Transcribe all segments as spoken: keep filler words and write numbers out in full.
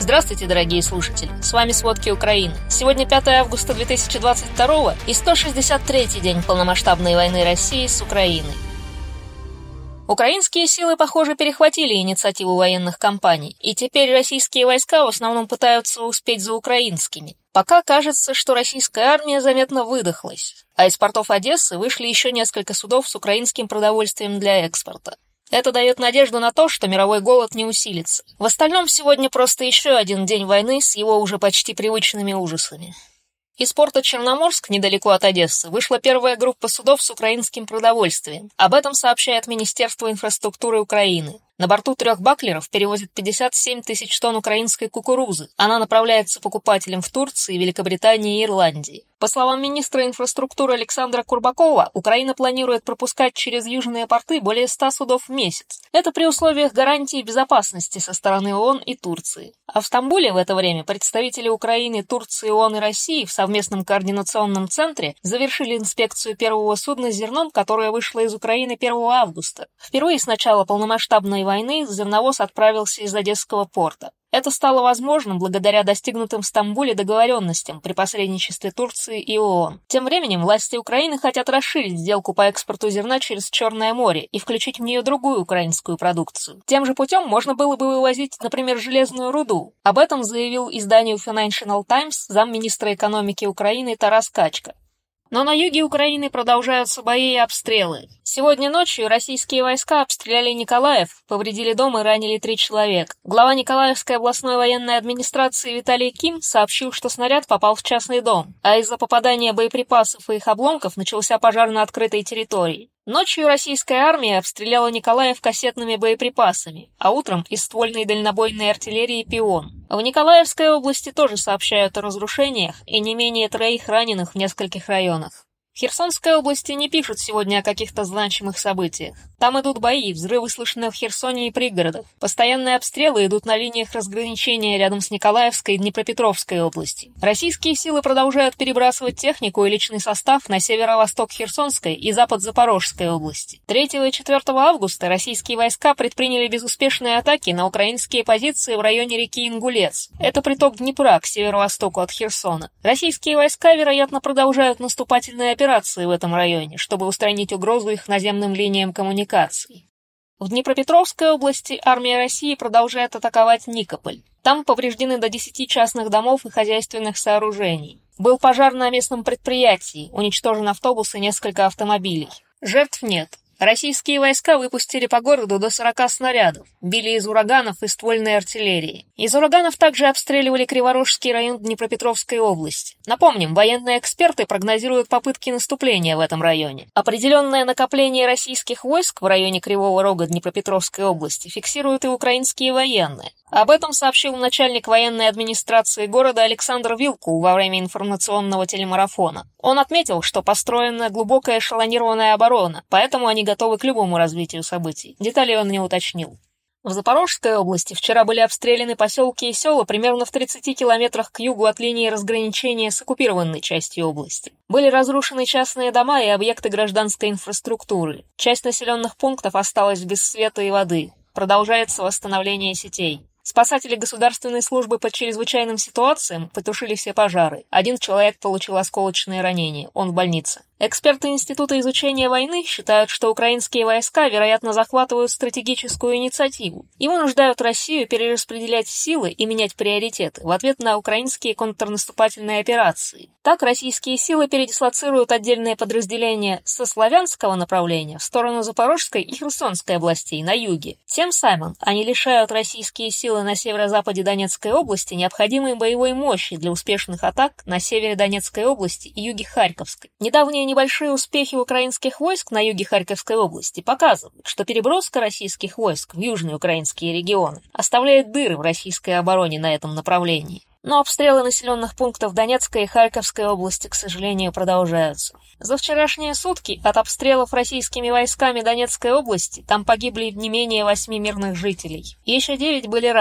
Здравствуйте, дорогие слушатели! С вами «Сводки Украины». Сегодня пятое августа две тысячи двадцать второго и сто шестьдесят третий день полномасштабной войны России с Украиной. Украинские силы, похоже, перехватили инициативу военных кампаний, и теперь российские войска в основном пытаются успеть за украинскими. Пока кажется, что российская армия заметно выдохлась, а из портов Одессы вышли еще несколько судов с украинским продовольствием для экспорта. Это дает надежду на то, что мировой голод не усилится. В остальном сегодня просто еще один день войны с его уже почти привычными ужасами. Из порта Черноморск, недалеко от Одессы, вышла первая группа судов с украинским продовольствием. Об этом сообщает Министерство инфраструктуры Украины. На борту трех баклеров перевозят пятьдесят семь тысяч тонн украинской кукурузы. Она направляется покупателям в Турции, Великобритании и Ирландии. По словам министра инфраструктуры Александра Курбакова, Украина планирует пропускать через южные порты более ста судов в месяц. Это при условиях гарантии безопасности со стороны ООН и Турции. А в Стамбуле в это время представители Украины, Турции, ООН и России в совместном координационном центре завершили инспекцию первого судна с зерном, которое вышло из Украины первого августа. Впервые с начала полномасштабной войны зерновоз отправился из Одесского порта. Это стало возможным благодаря достигнутым в Стамбуле договоренностям при посредничестве Турции и ООН. Тем временем власти Украины хотят расширить сделку по экспорту зерна через Черное море и включить в нее другую украинскую продукцию. Тем же путем можно было бы вывозить, например, железную руду. Об этом заявил изданию Financial Times замминистра экономики Украины Тарас Качка. Но на юге Украины продолжаются бои и обстрелы. Сегодня ночью российские войска обстреляли Николаев, повредили дом и ранили три человека. Глава Николаевской областной военной администрации Виталий Ким сообщил, что снаряд попал в частный дом, а из-за попадания боеприпасов и их обломков начался пожар на открытой территории. Ночью российская армия обстреляла Николаев кассетными боеприпасами, а утром из ствольной дальнобойной артиллерии «Пион». В Николаевской области тоже сообщают о разрушениях и не менее троих раненых в нескольких районах. В Херсонской области не пишут сегодня о каких-то значимых событиях. Там идут бои, взрывы слышны в Херсоне и пригородах. Постоянные обстрелы идут на линиях разграничения рядом с Николаевской и Днепропетровской области. Российские силы продолжают перебрасывать технику и личный состав на северо-восток Херсонской и запад Запорожской области. третьего и четвёртого августа российские войска предприняли безуспешные атаки на украинские позиции в районе реки Ингулец. Это приток Днепра к северо-востоку от Херсона. Российские войска, вероятно, продолжают наступательные операции операции в этом районе, чтобы устранить угрозу их наземным линиям коммуникаций. В Днепропетровской области армия России продолжает атаковать Никополь. Там повреждены до десяти частных домов и хозяйственных сооружений. Был пожар на местном предприятии, уничтожен автобус и несколько автомобилей. Жертв нет. Российские войска выпустили по городу до сорока снарядов, били из ураганов и ствольной артиллерии. Из ураганов также обстреливали Криворожский район Днепропетровской области. Напомним, военные эксперты прогнозируют попытки наступления в этом районе. Определенное накопление российских войск в районе Кривого Рога Днепропетровской области фиксируют и украинские военные. Об этом сообщил начальник военной администрации города Александр Вилкул во время информационного телемарафона. Он отметил, что построена глубокая эшелонированная оборона, поэтому они готовы к любому развитию событий. Деталей он не уточнил. В Запорожской области вчера были обстреляны поселки и села примерно в тридцати километрах к югу от линии разграничения с оккупированной частью области. Были разрушены частные дома и объекты гражданской инфраструктуры. Часть населенных пунктов осталась без света и воды. Продолжается восстановление сетей. Спасатели государственной службы по чрезвычайным ситуациям потушили все пожары. Один человек получил осколочные ранения, он в больнице. Эксперты Института изучения войны считают, что украинские войска, вероятно, захватывают стратегическую инициативу и вынуждают Россию перераспределять силы и менять приоритеты в ответ на украинские контрнаступательные операции. Так, российские силы передислоцируют отдельные подразделения со славянского направления в сторону Запорожской и Херсонской областей на юге. Тем самым они лишают российские силы на северо-западе Донецкой области необходимой боевой мощи для успешных атак на севере Донецкой области и юге Харьковской. Недавние небольшие успехи украинских войск на юге Харьковской области показывают, что переброска российских войск в южные украинские регионы оставляет дыры в российской обороне на этом направлении. Но обстрелы населенных пунктов Донецкой и Харьковской области, к сожалению, продолжаются. За вчерашние сутки от обстрелов российскими войсками Донецкой области там погибли не менее восьми мирных жителей. Еще девять были ранены.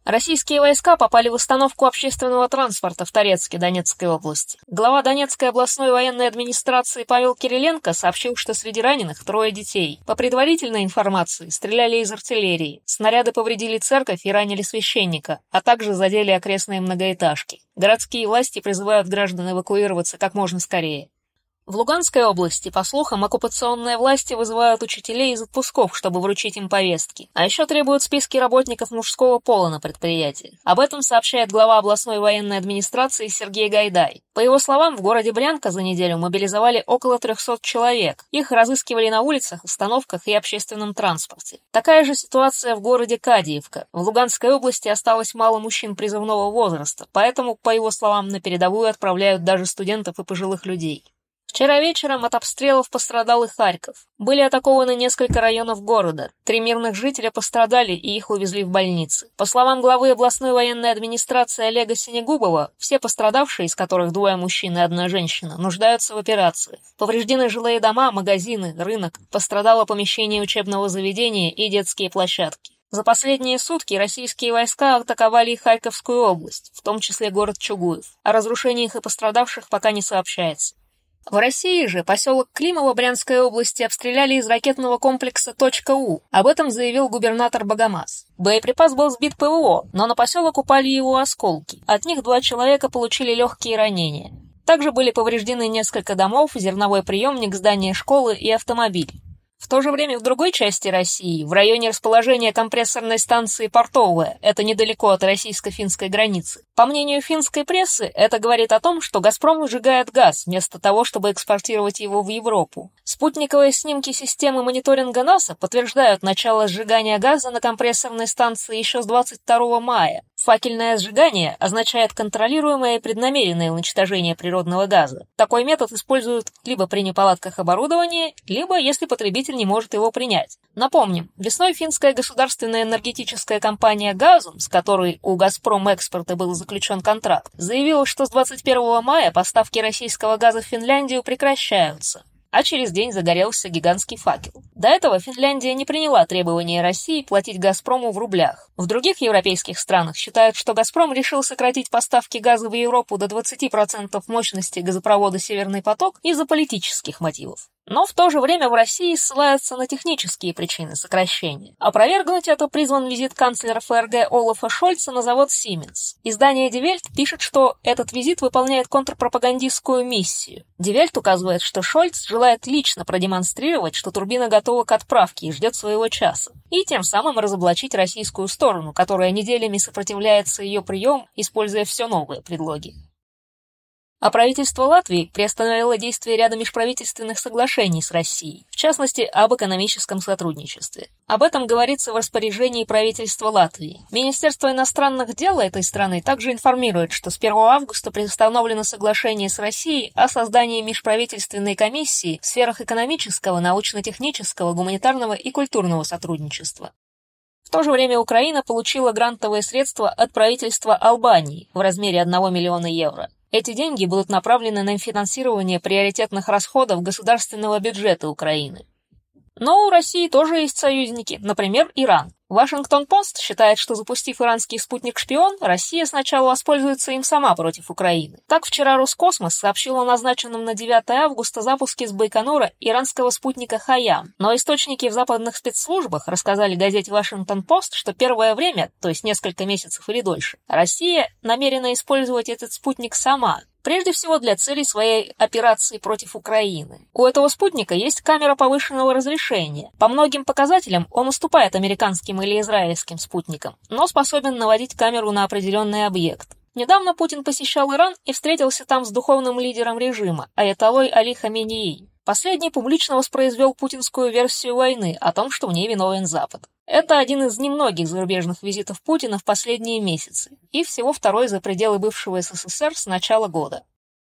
Российские войска попали в остановку общественного транспорта в Торецке Донецкой области. Глава Донецкой областной военной администрации Павел Кириленко сообщил, что среди раненых трое детей. По предварительной информации, стреляли из артиллерии, снаряды повредили церковь и ранили священника, а также задели окрестные многоэтажки. Городские власти призывают граждан эвакуироваться как можно скорее. В Луганской области, по слухам, оккупационные власти вызывают учителей из отпусков, чтобы вручить им повестки. А еще требуют списки работников мужского пола на предприятии. Об этом сообщает глава областной военной администрации Сергей Гайдай. По его словам, в городе Брянка за неделю мобилизовали около трехсот человек. Их разыскивали на улицах, остановках и общественном транспорте. Такая же ситуация в городе Кадиевка. В Луганской области осталось мало мужчин призывного возраста, поэтому, по его словам, на передовую отправляют даже студентов и пожилых людей. Вчера вечером от обстрелов пострадал и Харьков. Были атакованы несколько районов города. Три мирных жителя пострадали, и их увезли в больницы. По словам главы областной военной администрации Олега Синегубова, все пострадавшие, из которых двое мужчин и одна женщина, нуждаются в операции. Повреждены жилые дома, магазины, рынок. Пострадало помещение учебного заведения и детские площадки. За последние сутки российские войска атаковали и Харьковскую область, в том числе город Чугуев. О разрушениях и пострадавших пока не сообщается. В России же поселок Климово Брянской области обстреляли из ракетного комплекса «Точка-У». Об этом заявил губернатор Богомаз. Боеприпас был сбит ПВО, но на поселок упали его осколки. От них два человека получили легкие ранения. Также были повреждены несколько домов, зерновой приемник, здание школы и автомобиль. В то же время в другой части России, в районе расположения компрессорной станции Портовая, это недалеко от российско-финской границы. По мнению финской прессы, это говорит о том, что «Газпром» сжигает газ, вместо того, чтобы экспортировать его в Европу. Спутниковые снимки системы мониторинга НАСА подтверждают начало сжигания газа на компрессорной станции еще с двадцать второго мая. Факельное сжигание означает контролируемое и преднамеренное уничтожение природного газа. Такой метод используют либо при неполадках оборудования, либо если потребитель не может его принять. Напомним, весной финская государственная энергетическая компания «Газум», с которой у «Газпром Экспорта» был заключен контракт, заявила, что с двадцать первого мая поставки российского газа в Финляндию прекращаются. А через день загорелся гигантский факел. До этого Финляндия не приняла требования России платить «Газпрому» в рублях. В других европейских странах считают, что «Газпром» решил сократить поставки газа в Европу до двадцати процентов мощности газопровода «Северный поток» из-за политических мотивов. Но в то же время в России ссылаются на технические причины сокращения. Опровергнуть это призван визит канцлера ФРГ Олафа Шольца на завод Siemens. Издание Die Welt пишет, что этот визит выполняет контрпропагандистскую миссию. Die Welt указывает, что Шольц желает лично продемонстрировать, что турбина готова к отправке и ждет своего часа, и тем самым разоблачить российскую сторону, которая неделями сопротивляется ее прием, используя все новые предлоги. А правительство Латвии приостановило действие ряда межправительственных соглашений с Россией, в частности, об экономическом сотрудничестве. Об этом говорится в распоряжении правительства Латвии. Министерство иностранных дел этой страны также информирует, что с первого августа приостановлено соглашение с Россией о создании межправительственной комиссии в сферах экономического, научно-технического, гуманитарного и культурного сотрудничества. В то же время Украина получила грантовые средства от правительства Албании в размере одного миллиона евро. Эти деньги будут направлены на финансирование приоритетных расходов государственного бюджета Украины. Но у России тоже есть союзники, например, Иран. Вашингтон-Пост считает, что запустив иранский спутник-шпион, Россия сначала воспользуется им сама против Украины. Так вчера Роскосмос сообщил о назначенном на девятое августа запуске с Байконура иранского спутника «Хайям». Но источники в западных спецслужбах рассказали газете «Вашингтон-Пост», что первое время, то есть несколько месяцев или дольше, Россия намерена использовать этот спутник сама. Прежде всего для целей своей операции против Украины. У этого спутника есть камера повышенного разрешения. По многим показателям он уступает американским или израильским спутникам, но способен наводить камеру на определенный объект. Недавно Путин посещал Иран и встретился там с духовным лидером режима, аятоллой Али Хаменеи. Последний публично воспроизвел путинскую версию войны о том, что в ней виновен Запад. Это один из немногих зарубежных визитов Путина в последние месяцы, и всего второй за пределы бывшего СССР с начала года.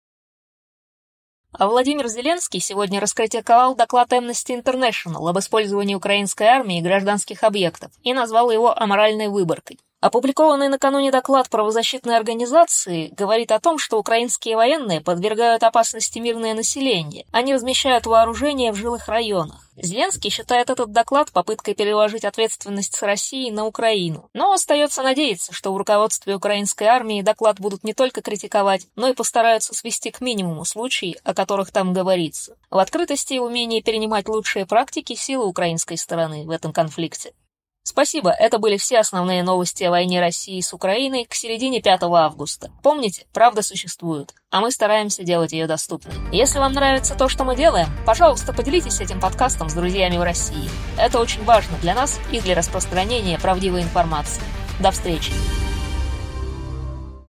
А Владимир Зеленский сегодня раскритиковал доклад Amnesty International об использовании украинской армии и гражданских объектов и назвал его аморальной выборкой. Опубликованный накануне доклад правозащитной организации говорит о том, что украинские военные подвергают опасности мирное население, они размещают вооружение в жилых районах. Зеленский считает этот доклад попыткой переложить ответственность с России на Украину. Но остается надеяться, что в руководстве украинской армии доклад будут не только критиковать, но и постараются свести к минимуму случаи, о которых там говорится. В открытости и умении перенимать лучшие практики силы украинской стороны в этом конфликте. Спасибо, это были все основные новости о войне России с Украиной к середине пятого августа. Помните, правда существует, а мы стараемся делать ее доступной. Если вам нравится то, что мы делаем, пожалуйста, поделитесь этим подкастом с друзьями в России. Это очень важно для нас и для распространения правдивой информации. До встречи!